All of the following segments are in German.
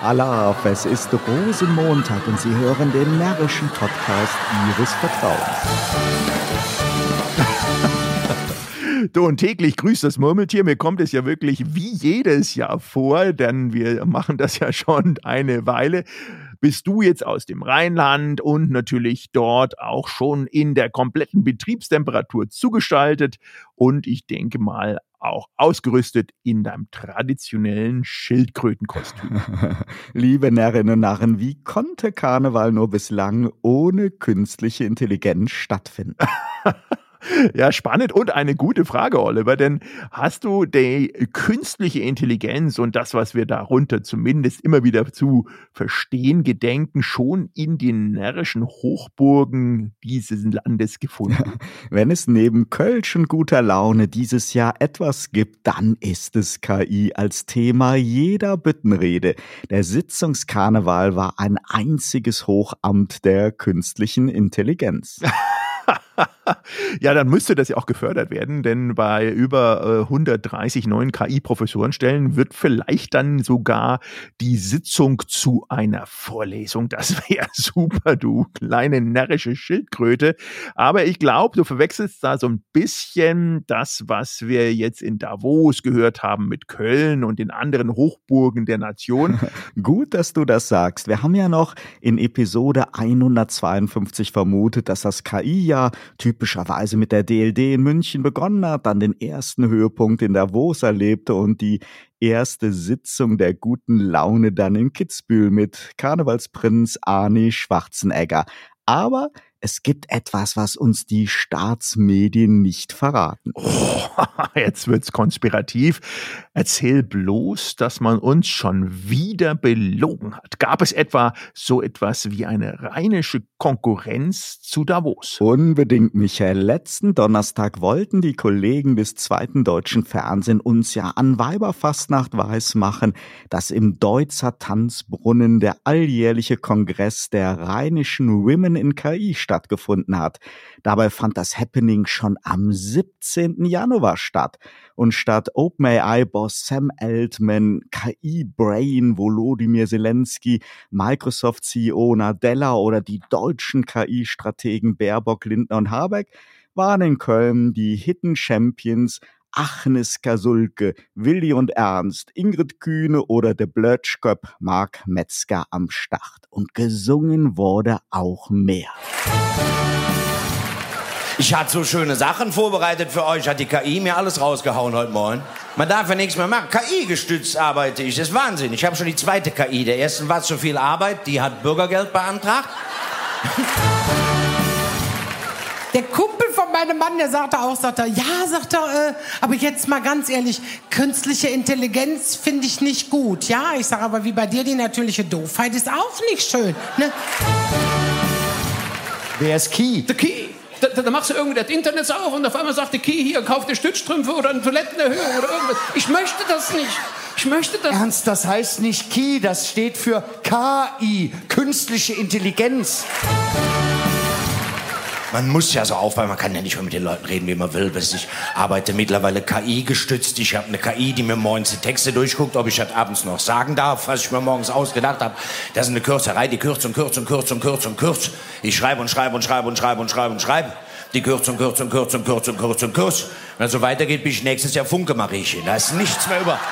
Alaf, es ist Rosenmontag und Sie hören den närrischen Podcast Ihres Vertrauens. Du, und täglich grüßt das Murmeltier. Mir kommt es ja wirklich wie jedes Jahr vor, denn wir machen das ja schon eine Weile. Bist du jetzt aus dem Rheinland und natürlich dort auch schon in der kompletten Betriebstemperatur zugeschaltet und ich denke mal auch ausgerüstet in deinem traditionellen Schildkrötenkostüm. Liebe Närrinnen und Narren, wie konnte Karneval nur bislang ohne künstliche Intelligenz stattfinden? Ja, spannend und eine gute Frage, Oliver, denn hast du die künstliche Intelligenz und das, was wir darunter zumindest immer wieder zu verstehen gedenken, schon in den närrischen Hochburgen dieses Landes gefunden? Wenn es neben Kölsch und guter Laune dieses Jahr etwas gibt, dann ist es KI als Thema jeder Büttenrede. Der Sitzungskarneval war ein einziges Hochamt der künstlichen Intelligenz. Ja, dann müsste das ja auch gefördert werden, denn bei über 130 neuen KI-Professorenstellen wird vielleicht dann sogar die Sitzung zu einer Vorlesung. Das wäre super, du kleine närrische Schildkröte. Aber ich glaube, du verwechselst da so ein bisschen das, was wir jetzt in Davos gehört haben mit Köln und den anderen Hochburgen der Nation. Gut, dass du das sagst. Wir haben ja noch in Episode 152 vermutet, dass das KI-Jahr typischerweise mit der DLD in München begonnen hat, dann den ersten Höhepunkt in Davos erlebte und die erste Sitzung der guten Laune dann in Kitzbühel mit Karnevalsprinz Arnie Schwarzenegger. Aber es gibt etwas, was uns die Staatsmedien nicht verraten. Oh, jetzt wird's konspirativ. Erzähl bloß, dass man uns schon wieder belogen hat. Gab es etwa so etwas wie eine rheinische Konkurrenz zu Davos? Unbedingt, Michael. Letzten Donnerstag wollten die Kollegen des zweiten deutschen Fernsehen uns ja an Weiberfastnacht weismachen, dass im Deutzer Tanzbrunnen der alljährliche Kongress der rheinischen Women in KI stattgefunden hat. Dabei fand das Happening schon am 17. Januar statt. Und statt OpenAI-Boss Sam Altman, KI-Brain Volodymyr Zelensky, Microsoft-CEO Nadella oder die deutschen KI-Strategen Baerbock, Lindner und Habeck waren in Köln die Hidden Champions Agnes Kasulke, Willi und Ernst, Ingrid Kühne oder der Blötschköp Mark Metzger am Start. Und gesungen wurde auch mehr. Ich hatte so schöne Sachen vorbereitet für euch, hat die KI mir alles rausgehauen heute Morgen. Man darf ja nichts mehr machen. KI-gestützt arbeite ich, das ist Wahnsinn. Ich habe schon die zweite KI. Der ersten war zu viel Arbeit, die hat Bürgergeld beantragt. Der Kumpel von meinem Mann, der sagte, aber jetzt mal ganz ehrlich, künstliche Intelligenz finde ich nicht gut, ja? Ich sage aber, wie bei dir, die natürliche Doofheit ist auch nicht schön, ne? Wer ist Key? Der Key. Da machst du irgendwie das Internet auf und auf einmal sagt der Key, hier, kauf dir Stützstrümpfe oder eine Toilettenerhöhung oder irgendwas. Ich möchte das nicht. Ich möchte das... Ernst, das heißt nicht Key, das steht für KI, künstliche Intelligenz. Man muss ja so aufpassen, man kann ja nicht mehr mit den Leuten reden, wie man will. Ich arbeite mittlerweile KI-gestützt. Ich habe eine KI, die mir morgens die Texte durchguckt, ob ich das abends noch sagen darf, was ich mir morgens ausgedacht habe. Das ist eine Kürzerei, die kürzt und kürzt und kürzt und kürzt und kürzt. Ich schreibe und schreibe und schreibe und schreibe und schreibe und schreibe. Die kürzt und kürzt und kürzt und kürzt und kürzt und kürzt. Wenn es so weitergeht, bin ich nächstes Jahr Funke-Mariechen. Da ist nichts mehr über.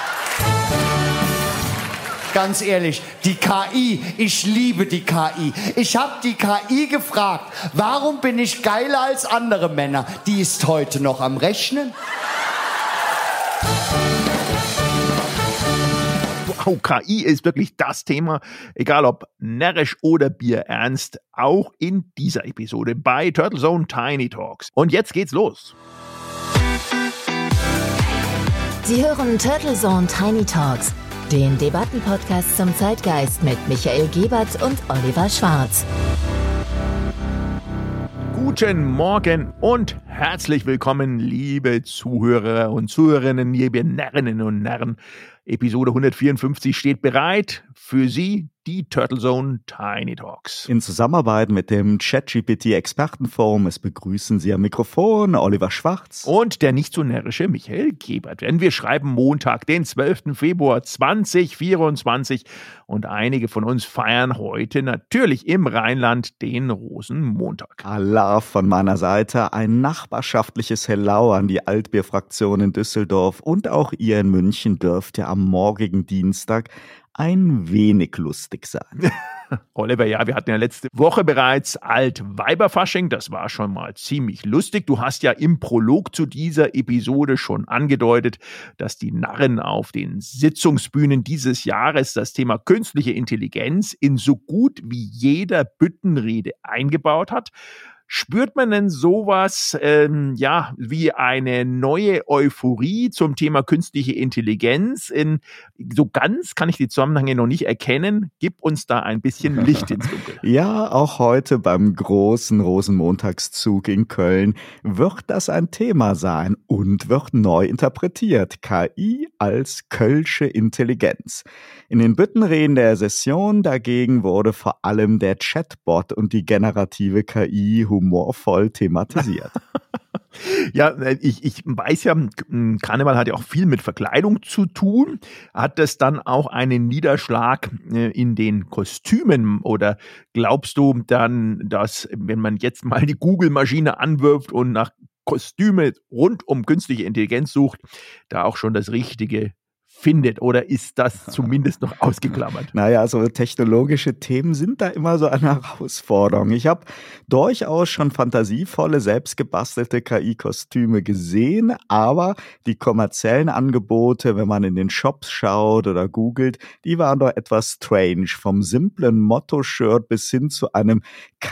Ganz ehrlich, die KI, ich liebe die KI. Ich habe die KI gefragt, warum bin ich geiler als andere Männer? Die ist heute noch am Rechnen. Wow, KI ist wirklich das Thema, egal ob närrisch oder bierernst, auch in dieser Episode bei Turtle Zone Tiny Talks. Und jetzt geht's los. Sie hören Turtle Zone Tiny Talks, den Debattenpodcast zum Zeitgeist mit Michael Gebert und Oliver Schwarz. Guten Morgen und herzlich willkommen, liebe Zuhörer und Zuhörerinnen, liebe Närrinnen und Narren. Episode 154 steht bereit für Sie, die Turtle Zone Tiny Talks. In Zusammenarbeit mit dem ChatGPT-Expertenforum, es begrüßen Sie am Mikrofon Oliver Schwarz und der nicht so närrische Michael Gebert. Denn wir schreiben Montag, den 12. Februar 2024 und einige von uns feiern heute natürlich im Rheinland den Rosenmontag. Allah von meiner Seite, ein nachbarschaftliches Hello an die Altbierfraktion in Düsseldorf und auch ihr in München dürft ja am morgigen Dienstag ein wenig lustig sein. Oliver, ja, wir hatten ja letzte Woche bereits Altweiberfasching, das war schon mal ziemlich lustig. Du hast ja im Prolog zu dieser Episode schon angedeutet, dass die Narren auf den Sitzungsbühnen dieses Jahres das Thema künstliche Intelligenz in so gut wie jeder Büttenrede eingebaut hat. Spürt man denn sowas, wie eine neue Euphorie zum Thema künstliche Intelligenz? So ganz kann ich die Zusammenhänge noch nicht erkennen. Gib uns da ein bisschen Licht ins Dunkel. Ja, auch heute beim großen Rosenmontagszug in Köln wird das ein Thema sein und wird neu interpretiert. KI als Kölsche Intelligenz. In den Büttenreden der Session dagegen wurde vor allem der Chatbot und die generative KI humorvoll thematisiert. Ja, ich weiß ja, Karneval hat ja auch viel mit Verkleidung zu tun. Hat das dann auch einen Niederschlag in den Kostümen? Oder glaubst du dann, dass, wenn man jetzt mal die Google-Maschine anwirft und nach Kostüme rund um künstliche Intelligenz sucht, da auch schon das Richtige findet, oder ist das zumindest noch ausgeklammert? Naja, so technologische Themen sind da immer so eine Herausforderung. Ich habe durchaus schon fantasievolle, selbstgebastelte KI-Kostüme gesehen, aber die kommerziellen Angebote, wenn man in den Shops schaut oder googelt, die waren doch etwas strange. Vom simplen Motto-Shirt bis hin zu einem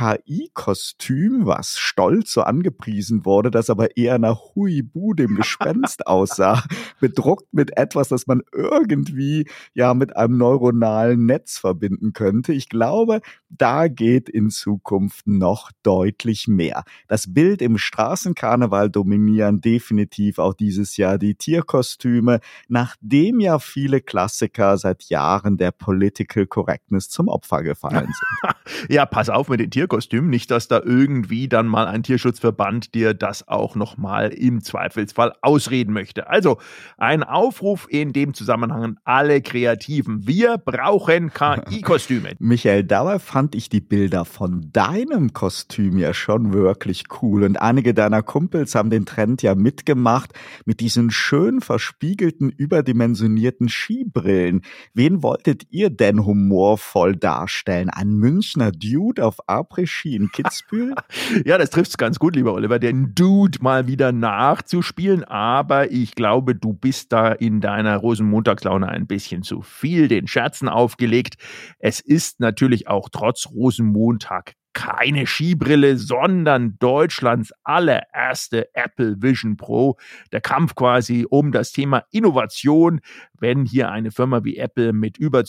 KI-Kostüm, was stolz so angepriesen wurde, das aber eher nach Huibu, dem Gespenst, aussah. Bedruckt mit etwas, das man irgendwie ja mit einem neuronalen Netz verbinden könnte. Ich glaube, da geht in Zukunft noch deutlich mehr. Das Bild im Straßenkarneval dominieren definitiv auch dieses Jahr die Tierkostüme, nachdem ja viele Klassiker seit Jahren der Political Correctness zum Opfer gefallen sind. Ja, pass auf mit den Tierkostümen, nicht, dass da irgendwie dann mal ein Tierschutzverband dir das auch nochmal im Zweifelsfall ausreden möchte. Also ein Aufruf in dem Zusammenhang alle Kreativen. Wir brauchen KI-Kostüme. Michael, dabei fand ich die Bilder von deinem Kostüm ja schon wirklich cool. Und einige deiner Kumpels haben den Trend ja mitgemacht mit diesen schön verspiegelten, überdimensionierten Skibrillen. Wen wolltet ihr denn humorvoll darstellen? Ein Münchner Dude auf Après-Ski in Kitzbühel? Ja, das trifft's ganz gut, lieber Oliver, den Dude mal wieder nachzuspielen. Aber ich glaube, du bist da in deiner Rosenmontagslaune ein bisschen zu viel den Scherzen aufgelegt. Es ist natürlich auch trotz Rosenmontag keine Skibrille, sondern Deutschlands allererste Apple Vision Pro. Der Kampf quasi um das Thema Innovation. Wenn hier eine Firma wie Apple mit über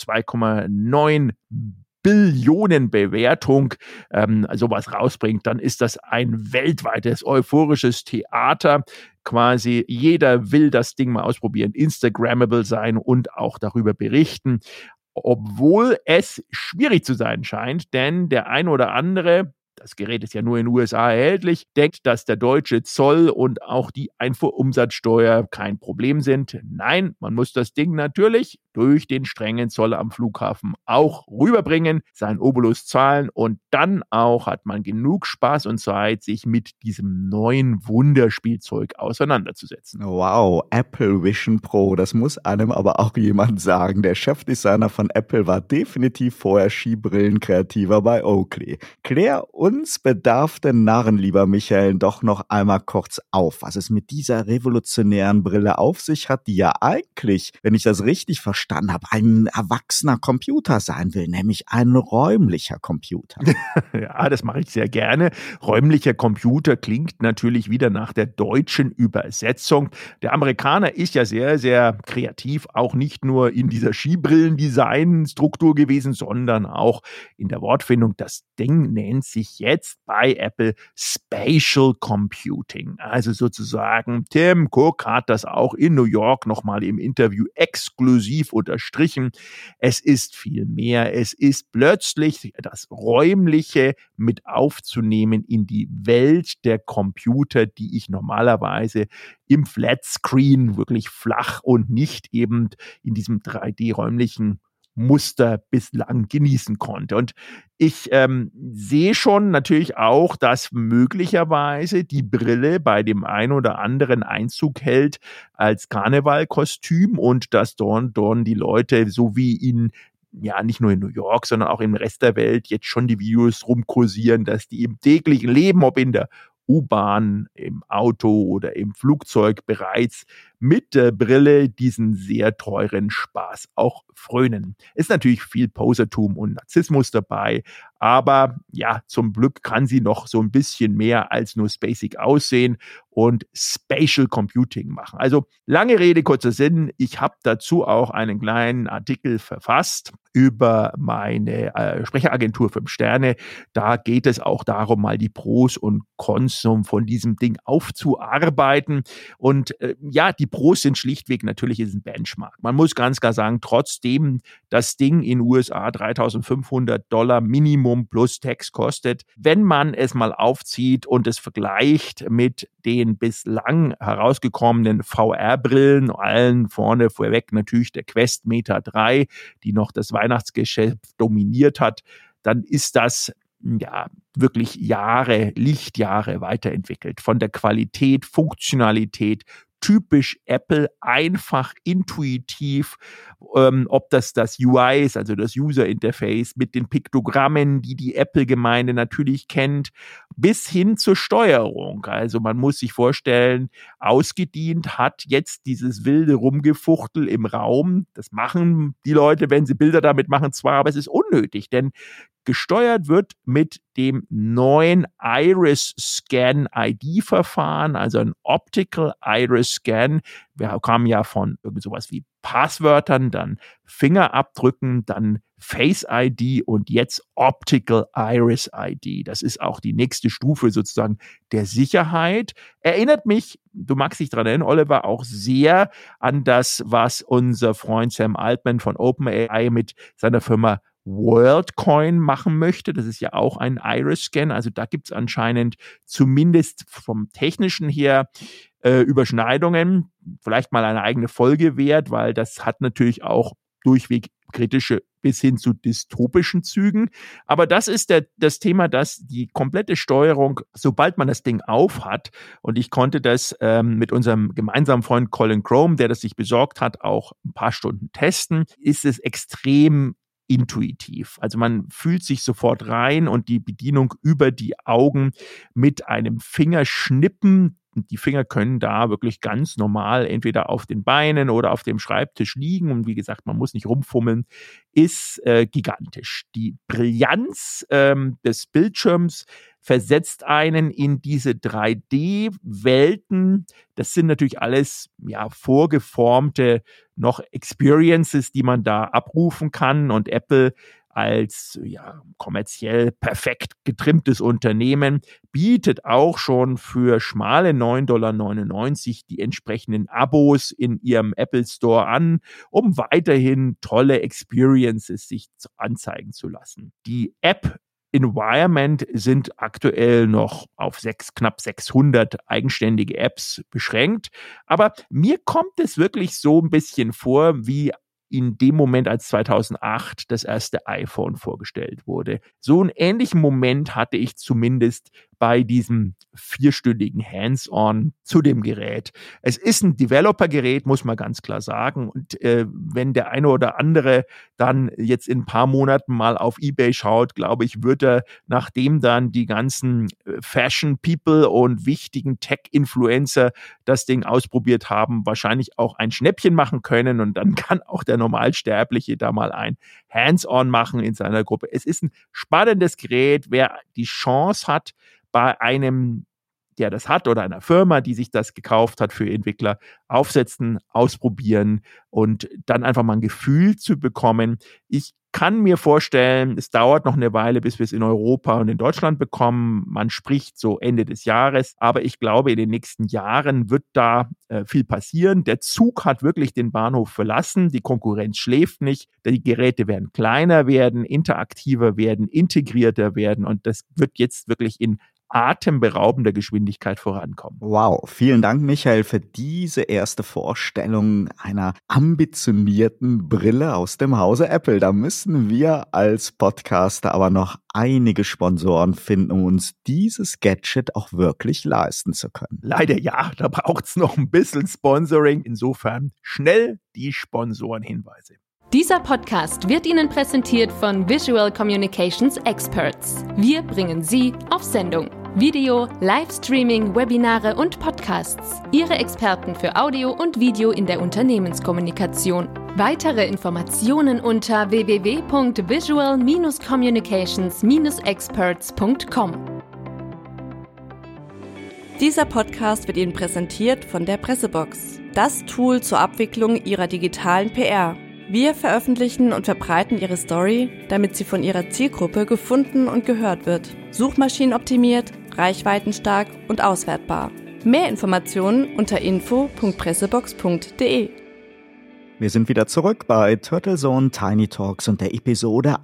2,9 Billionen Bewertung sowas rausbringt, dann ist das ein weltweites euphorisches Theater. Quasi jeder will das Ding mal ausprobieren, Instagrammable sein und auch darüber berichten, obwohl es schwierig zu sein scheint, denn der ein oder andere, das Gerät ist ja nur in den USA erhältlich, denkt, dass der deutsche Zoll und auch die Einfuhrumsatzsteuer kein Problem sind. Nein, man muss das Ding natürlich durch den strengen Zoll am Flughafen auch rüberbringen, seinen Obolus zahlen und dann auch hat man genug Spaß und Zeit, sich mit diesem neuen Wunderspielzeug auseinanderzusetzen. Wow, Apple Vision Pro, das muss einem aber auch jemand sagen. Der Chefdesigner von Apple war definitiv vorher Skibrillen-Kreativer bei Oakley. Klär uns bedarften Narren, lieber Michael, doch noch einmal kurz auf, was es mit dieser revolutionären Brille auf sich hat, die ja eigentlich, wenn ich das richtig verstanden habe, ein erwachsener Computer sein will, nämlich ein räumlicher Computer. Ja, das mache ich sehr gerne. Räumlicher Computer klingt natürlich wieder nach der deutschen Übersetzung. Der Amerikaner ist ja sehr, sehr kreativ, auch nicht nur in dieser Skibrillen-Design-Struktur gewesen, sondern auch in der Wortfindung. Das Ding nennt sich nämlich jetzt bei Apple Spatial Computing. Also sozusagen, Tim Cook hat das auch in New York nochmal im Interview exklusiv unterstrichen. Es ist viel mehr. Es ist plötzlich das Räumliche mit aufzunehmen in die Welt der Computer, die ich normalerweise im Flatscreen wirklich flach und nicht eben in diesem 3D-räumlichen Muster bislang genießen konnte. Und ich sehe schon natürlich auch, dass möglicherweise die Brille bei dem einen oder anderen Einzug hält als Karnevalkostüm und dass dort die Leute, so wie in ja nicht nur in New York, sondern auch im Rest der Welt jetzt schon die Videos rumkursieren, dass die im täglichen Leben, ob in der U-Bahn, im Auto oder im Flugzeug bereits mit der Brille diesen sehr teuren Spaß auch frönen. Ist natürlich viel Posertum und Narzissmus dabei, aber ja, zum Glück kann sie noch so ein bisschen mehr als nur spacig aussehen und Spatial Computing machen. Also lange Rede, kurzer Sinn, ich habe dazu auch einen kleinen Artikel verfasst über meine Sprecheragentur 5 Sterne. Da geht es auch darum, mal die Pros und Cons von diesem Ding aufzuarbeiten. Und ja, die Pros sind schlichtweg, natürlich ist ein Benchmark. Man muss ganz klar sagen, trotzdem das Ding in USA $3.500 Minimum plus Tax kostet, wenn man es mal aufzieht und es vergleicht mit den bislang herausgekommenen VR-Brillen, allen vorne vorweg natürlich der Quest Meta 3, die noch das Weihnachtsgeschäft dominiert hat, dann ist das ja wirklich Lichtjahre weiterentwickelt. Von der Qualität, Funktionalität, typisch Apple, einfach, intuitiv, ob das UI ist, also das User Interface mit den Piktogrammen, die Apple-Gemeinde natürlich kennt, bis hin zur Steuerung. Also man muss sich vorstellen, ausgedient hat jetzt dieses wilde Rumgefuchtel im Raum. Das machen die Leute, wenn sie Bilder damit machen, zwar, aber es ist unnötig, denn gesteuert wird mit dem neuen Iris Scan ID-Verfahren, also ein Optical Iris Scan. Wir kamen ja von irgend sowas wie Passwörtern, dann Fingerabdrücken, dann Face ID und jetzt Optical Iris ID. Das ist auch die nächste Stufe sozusagen der Sicherheit. Erinnert mich, du magst dich daran erinnern, Oliver, auch sehr an das, was unser Freund Sam Altman von OpenAI mit seiner Firma WorldCoin machen möchte. Das ist ja auch ein Iris-Scan. Also da gibt es anscheinend zumindest vom Technischen her Überschneidungen. Vielleicht mal eine eigene Folge wert, weil das hat natürlich auch durchweg kritische bis hin zu dystopischen Zügen. Aber das ist das Thema, dass die komplette Steuerung, sobald man das Ding auf hat, und ich konnte das mit unserem gemeinsamen Freund Colin Chrome, der das sich besorgt hat, auch ein paar Stunden testen, ist es extrem intuitiv. Also man fühlt sich sofort rein und die Bedienung über die Augen mit einem Fingerschnippen. Die Finger können da wirklich ganz normal entweder auf den Beinen oder auf dem Schreibtisch liegen. Und wie gesagt, man muss nicht rumfummeln, ist gigantisch. Die Brillanz des Bildschirms versetzt einen in diese 3D-Welten. Das sind natürlich alles vorgeformte noch Experiences, die man da abrufen kann. Und Apple als kommerziell perfekt getrimmtes Unternehmen bietet auch schon für schmale $9,99 die entsprechenden Abos in ihrem Apple Store an, um weiterhin tolle Experiences sich anzeigen zu lassen. Die App Environment sind aktuell noch auf knapp 600 eigenständige Apps beschränkt. Aber mir kommt es wirklich so ein bisschen vor, wie in dem Moment, als 2008 das erste iPhone vorgestellt wurde. So einen ähnlichen Moment hatte ich zumindest bei diesem 4-stündigen Hands-on zu dem Gerät. Es ist ein Developer-Gerät, muss man ganz klar sagen. Und wenn der eine oder andere dann jetzt in ein paar Monaten mal auf eBay schaut, glaube ich, wird er, nachdem dann die ganzen Fashion-People und wichtigen Tech-Influencer das Ding ausprobiert haben, wahrscheinlich auch ein Schnäppchen machen können. Und dann kann auch der Normalsterbliche da mal ein Hands-on machen in seiner Gruppe. Es ist ein spannendes Gerät. Wer die Chance hat, bei einem, der das hat, oder einer Firma, die sich das gekauft hat für Entwickler, aufsetzen, ausprobieren und dann einfach mal ein Gefühl zu bekommen. Ich kann mir vorstellen, es dauert noch eine Weile, bis wir es in Europa und in Deutschland bekommen. Man spricht so Ende des Jahres, aber ich glaube, in den nächsten Jahren wird da viel passieren. Der Zug hat wirklich den Bahnhof verlassen, die Konkurrenz schläft nicht, die Geräte werden kleiner werden, interaktiver werden, integrierter werden und das wird jetzt wirklich in atemberaubender Geschwindigkeit vorankommen. Wow, vielen Dank, Michael, für diese erste Vorstellung einer ambitionierten Brille aus dem Hause Apple. Da müssen wir als Podcaster aber noch einige Sponsoren finden, um uns dieses Gadget auch wirklich leisten zu können. Leider ja, da braucht es noch ein bisschen Sponsoring. Insofern schnell die Sponsorenhinweise. Dieser Podcast wird Ihnen präsentiert von Visual Communications Experts. Wir bringen Sie auf Sendung. Video, Livestreaming, Webinare und Podcasts. Ihre Experten für Audio und Video in der Unternehmenskommunikation. Weitere Informationen unter www.visual-communications-experts.com. Dieser Podcast wird Ihnen präsentiert von der Pressebox. Das Tool zur Abwicklung Ihrer digitalen PR. Wir veröffentlichen und verbreiten Ihre Story, damit sie von Ihrer Zielgruppe gefunden und gehört wird. Suchmaschinenoptimiert, reichweitenstark und auswertbar. Mehr Informationen unter info.pressebox.de. Wir sind wieder zurück bei Turtle Zone Tiny Talks und der Episode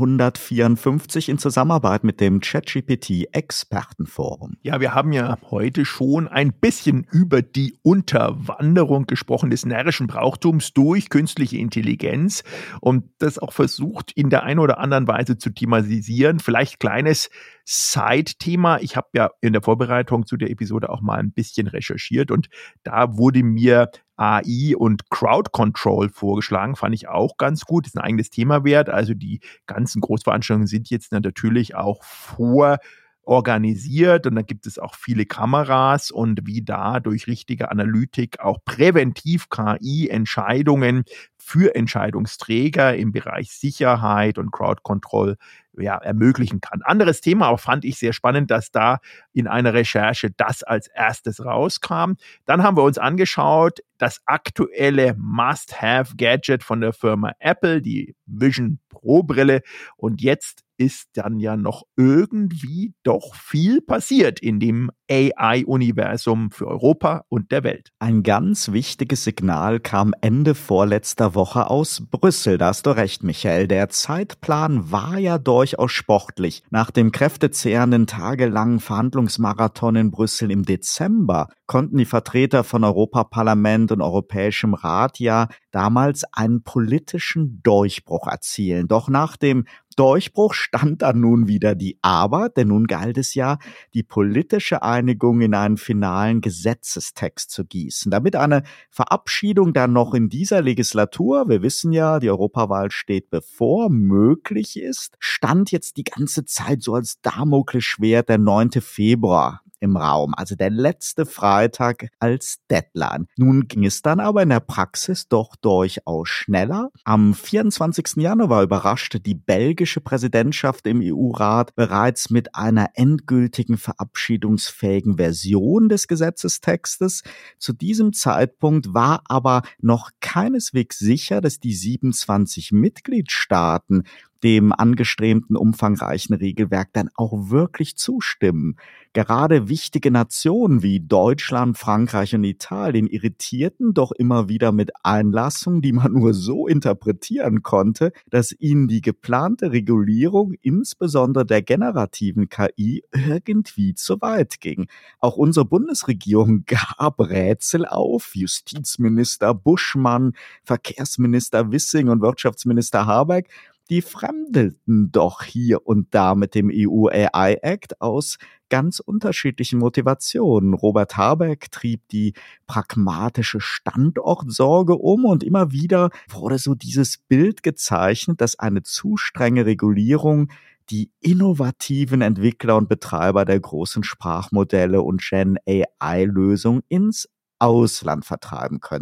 154 in Zusammenarbeit mit dem ChatGPT Expertenforum. Ja, wir haben ja heute schon ein bisschen über die Unterwanderung gesprochen des närrischen Brauchtums durch künstliche Intelligenz und das auch versucht, in der einen oder anderen Weise zu thematisieren. Vielleicht kleines Side-Thema. Ich habe ja in der Vorbereitung zu der Episode auch mal ein bisschen recherchiert und da wurde mir AI und Crowd Control vorgeschlagen, fand ich auch ganz gut, ist ein eigenes Thema wert. Also die ganzen Großveranstaltungen sind jetzt natürlich auch vororganisiert und da gibt es auch viele Kameras und wie da durch richtige Analytik auch präventiv KI-Entscheidungen für Entscheidungsträger im Bereich Sicherheit und Crowd Control ermöglichen kann. Anderes Thema auch fand ich sehr spannend, dass da in einer Recherche das als erstes rauskam. Dann haben wir uns angeschaut, das aktuelle Must-Have-Gadget von der Firma Apple, die Vision Pro Brille. Und jetzt ist dann ja noch irgendwie doch viel passiert in dem AI-Universum für Europa und der Welt. Ein ganz wichtiges Signal kam Ende vorletzter Woche aus Brüssel. Da hast du recht, Michael. Der Zeitplan war ja durchaus sportlich. Nach dem kräftezehrenden tagelangen Verhandlungsmarathon in Brüssel im Dezember konnten die Vertreter von Europaparlament und Europäischem Rat ja damals einen politischen Durchbruch erzielen. Doch nach dem Durchbruch stand dann nun wieder die Arbeit, denn nun galt es ja, die politische Einigung in einen finalen Gesetzestext zu gießen. Damit eine Verabschiedung dann noch in dieser Legislatur, wir wissen ja, die Europawahl steht bevor, möglich ist, stand jetzt die ganze Zeit so als Damoklesschwert der 9. Februar im Raum, also der letzte Freitag als Deadline. Nun ging es dann aber in der Praxis doch durchaus schneller. Am 24. Januar überraschte die belgische Präsidentschaft im EU-Rat bereits mit einer endgültigen verabschiedungsfähigen Version des Gesetzestextes. Zu diesem Zeitpunkt war aber noch keineswegs sicher, dass die 27 Mitgliedstaaten dem angestrebten umfangreichen Regelwerk dann auch wirklich zustimmen. Gerade wichtige Nationen wie Deutschland, Frankreich und Italien irritierten doch immer wieder mit Einlassungen, die man nur so interpretieren konnte, dass ihnen die geplante Regulierung, insbesondere der generativen KI, irgendwie zu weit ging. Auch unsere Bundesregierung gab Rätsel auf. Justizminister Buschmann, Verkehrsminister Wissing und Wirtschaftsminister Habeck, die fremdelten doch hier und da mit dem EU-AI-Act aus ganz unterschiedlichen Motivationen. Robert Habeck trieb die pragmatische Standortsorge um und immer wieder wurde so dieses Bild gezeichnet, dass eine zu strenge Regulierung die innovativen Entwickler und Betreiber der großen Sprachmodelle und Gen-AI-Lösung ins Ausland vertreiben könnte.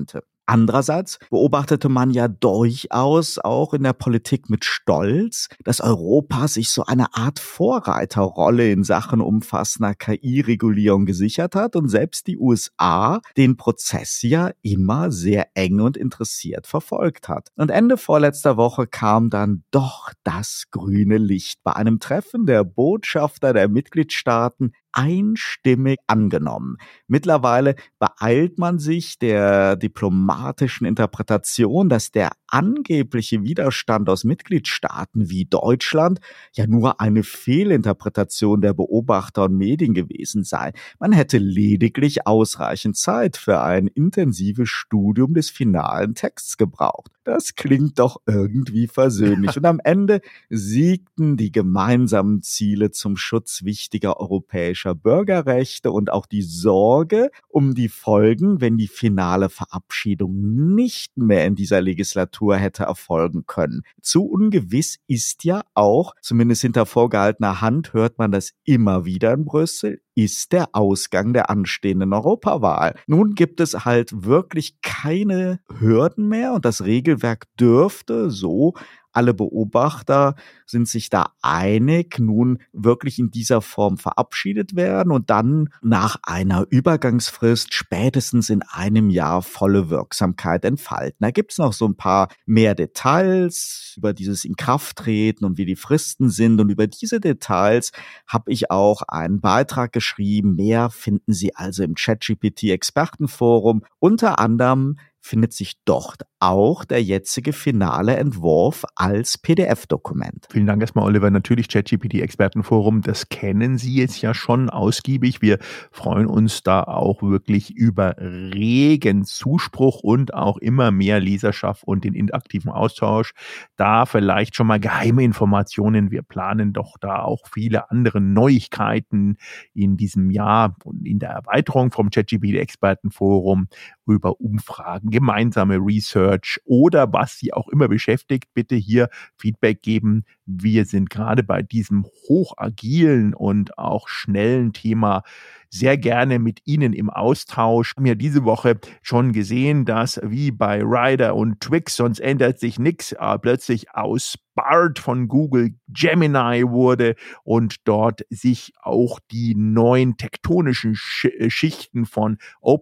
Andererseits beobachtete man ja durchaus auch in der Politik mit Stolz, dass Europa sich so eine Art Vorreiterrolle in Sachen umfassender KI-Regulierung gesichert hat und selbst die USA den Prozess ja immer sehr eng und interessiert verfolgt hat. Und Ende vorletzter Woche kam dann doch das grüne Licht bei einem Treffen der Botschafter der Mitgliedstaaten einstimmig angenommen. Mittlerweile beeilt man sich der diplomatischen Interpretation, dass der angebliche Widerstand aus Mitgliedstaaten wie Deutschland ja nur eine Fehlinterpretation der Beobachter und Medien gewesen sei. Man hätte lediglich ausreichend Zeit für ein intensives Studium des finalen Texts gebraucht. Das klingt doch irgendwie versöhnlich. Und am Ende siegten die gemeinsamen Ziele zum Schutz wichtiger europäischer Bürgerrechte und auch die Sorge um die Folgen, wenn die finale Verabschiedung nicht mehr in dieser Legislatur hätte erfolgen können. Zu ungewiss ist ja auch, zumindest hinter vorgehaltener Hand hört man das immer wieder in Brüssel, ist der Ausgang der anstehenden Europawahl. Nun gibt es halt wirklich keine Hürden mehr und das Regelwerk dürfte, so alle Beobachter sind sich da einig, nun wirklich in dieser Form verabschiedet werden und dann nach einer Übergangsfrist spätestens in einem Jahr volle Wirksamkeit entfalten. Da gibt's noch so ein paar mehr Details über dieses Inkrafttreten und wie die Fristen sind und über diese Details habe ich auch einen Beitrag geschrieben. Mehr finden Sie also im ChatGPT-Expertenforum. Unter anderem findet sich dort auch der jetzige finale Entwurf als PDF-Dokument. Vielen Dank erstmal, Oliver. Natürlich ChatGPT-Expertenforum, das kennen Sie jetzt ja schon ausgiebig. Wir freuen uns da auch wirklich über regen Zuspruch und auch immer mehr Leserschaft und den interaktiven Austausch. Da vielleicht schon mal geheime Informationen. Wir planen doch da auch viele andere Neuigkeiten in diesem Jahr und in der Erweiterung vom ChatGPT-Expertenforum über Umfragen, gemeinsame Research oder was Sie auch immer beschäftigt, bitte hier Feedback geben. Wir sind gerade bei diesem hochagilen und auch schnellen Thema sehr gerne mit Ihnen im Austausch. Wir haben ja diese Woche schon gesehen, dass wie bei Ryder und Twix, sonst ändert sich nichts, plötzlich aus Bard von Google Gemini wurde und dort sich auch die neuen tektonischen Schichten von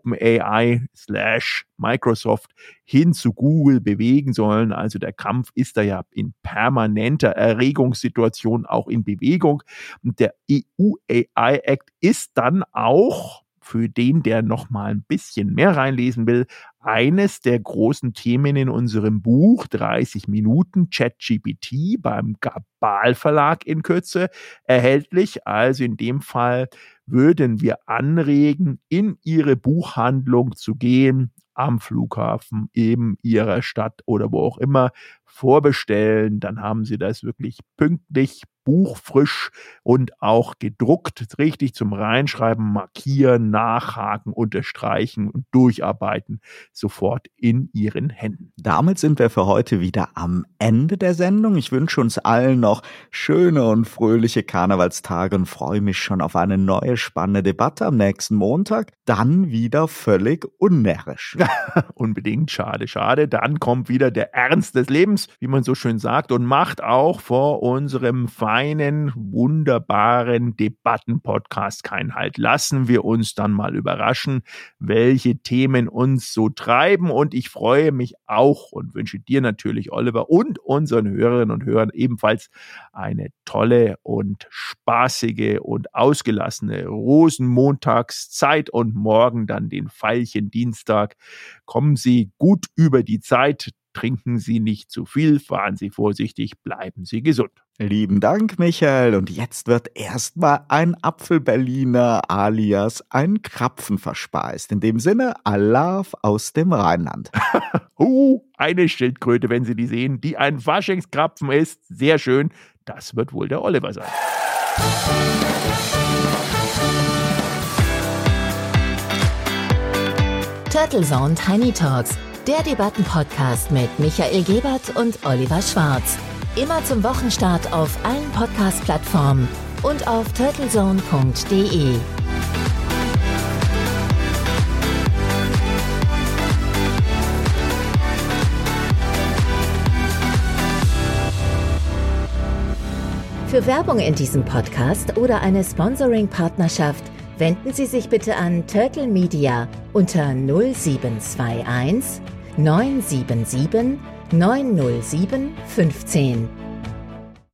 OpenAI / Microsoft hin zu Google bewegen sollen. Also der Kampf ist da ja in permanenter Erregungssituation auch in Bewegung. Und der EU AI Act ist dann auch, für den, der noch mal ein bisschen mehr reinlesen will, eines der großen Themen in unserem Buch 30 Minuten ChatGPT beim Gabal Verlag in Kürze erhältlich. Also in dem Fall würden wir anregen, in Ihre Buchhandlung zu gehen, am Flughafen, eben Ihrer Stadt oder wo auch immer, vorbestellen. Dann haben Sie das wirklich pünktlich, buchfrisch und auch gedruckt, richtig zum Reinschreiben, markieren, nachhaken, unterstreichen und durcharbeiten, sofort in Ihren Händen. Damit sind wir für heute wieder am Ende der Sendung. Ich wünsche uns allen noch schöne und fröhliche Karnevalstage und freue mich schon auf eine neue spannende Debatte am nächsten Montag. Dann wieder völlig unnärrisch. Unbedingt, schade, schade. Dann kommt wieder der Ernst des Lebens, wie man so schön sagt, und macht auch vor unserem feinen, wunderbaren Debatten-Podcast keinen Halt. Lassen wir uns dann mal überraschen, welche Themen uns so treiben. Und ich freue mich auch und wünsche dir natürlich, Oliver, und unseren Hörerinnen und Hörern ebenfalls eine tolle und spaßige und ausgelassene Rosenmontagszeit und morgen dann den Veilchendienstag. Kommen Sie gut über die Zeit, trinken Sie nicht zu viel, fahren Sie vorsichtig, bleiben Sie gesund. Lieben Dank, Michael. Und jetzt wird erstmal ein Apfelberliner alias ein Krapfen verspeist. In dem Sinne, Alaf aus dem Rheinland. Eine Schildkröte, wenn Sie die sehen, die ein Faschingskrapfen ist. Sehr schön. Das wird wohl der Oliver sein. Turtle Zone Tiny Talks, der Debattenpodcast mit Michael Gebert und Oliver Schwarz. Immer zum Wochenstart auf allen Podcast-Plattformen und auf turtlezone.de. Für Werbung in diesem Podcast oder eine Sponsoring-Partnerschaft wenden Sie sich bitte an Turtle Media unter 0721 977 907 15.